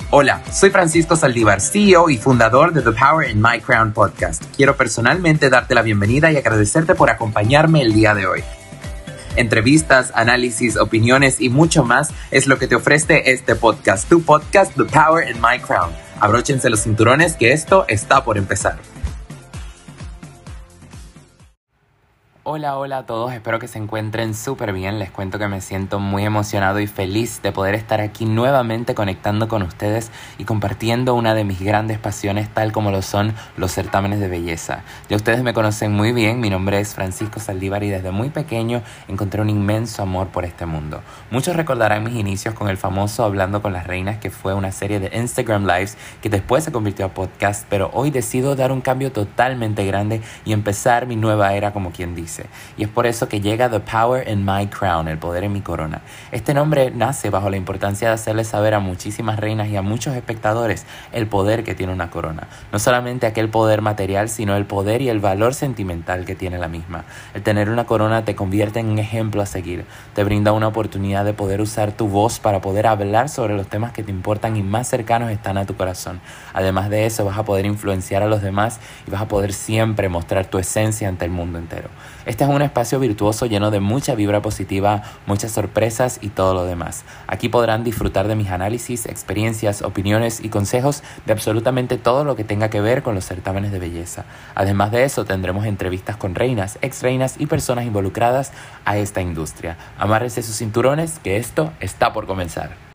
Hola, soy Francisco Saldívar, CEO y fundador de The Power in My Crown podcast. Quiero personalmente darte la bienvenida y agradecerte por acompañarme el día de hoy. Entrevistas, análisis, opiniones y mucho más es lo que te ofrece este podcast, tu podcast The Power in My Crown. Abróchense los cinturones que esto está por empezar. Hola a todos, espero que se encuentren súper bien. Les cuento que me siento muy emocionado y feliz de poder estar aquí nuevamente conectando con ustedes y compartiendo una de mis grandes pasiones, tal como lo son los certámenes de belleza. Ya ustedes me conocen muy bien, mi nombre es Francisco Saldívar y desde muy pequeño encontré un inmenso amor por este mundo. Muchos recordarán mis inicios con el famoso Hablando con las Reinas, que fue una serie de Instagram Lives que después se convirtió a podcast, pero hoy decido dar un cambio totalmente grande y empezar mi nueva era, como quien dice. Y es por eso que llega The Power in My Crown, el poder en mi corona. Este nombre nace bajo la importancia de hacerle saber a muchísimas reinas y a muchos espectadores el poder que tiene una corona. No solamente aquel poder material, sino el poder y el valor sentimental que tiene la misma. El tener una corona te convierte en un ejemplo a seguir. Te brinda una oportunidad de poder usar tu voz para poder hablar sobre los temas que te importan y más cercanos están a tu corazón. Además de eso, vas a poder influenciar a los demás y vas a poder siempre mostrar tu esencia ante el mundo entero. Este es un espacio virtuoso lleno de mucha vibra positiva, muchas sorpresas y todo lo demás. Aquí podrán disfrutar de mis análisis, experiencias, opiniones y consejos de absolutamente todo lo que tenga que ver con los certámenes de belleza. Además de eso, tendremos entrevistas con reinas, ex reinas y personas involucradas a esta industria. Amárrense sus cinturones, que esto está por comenzar.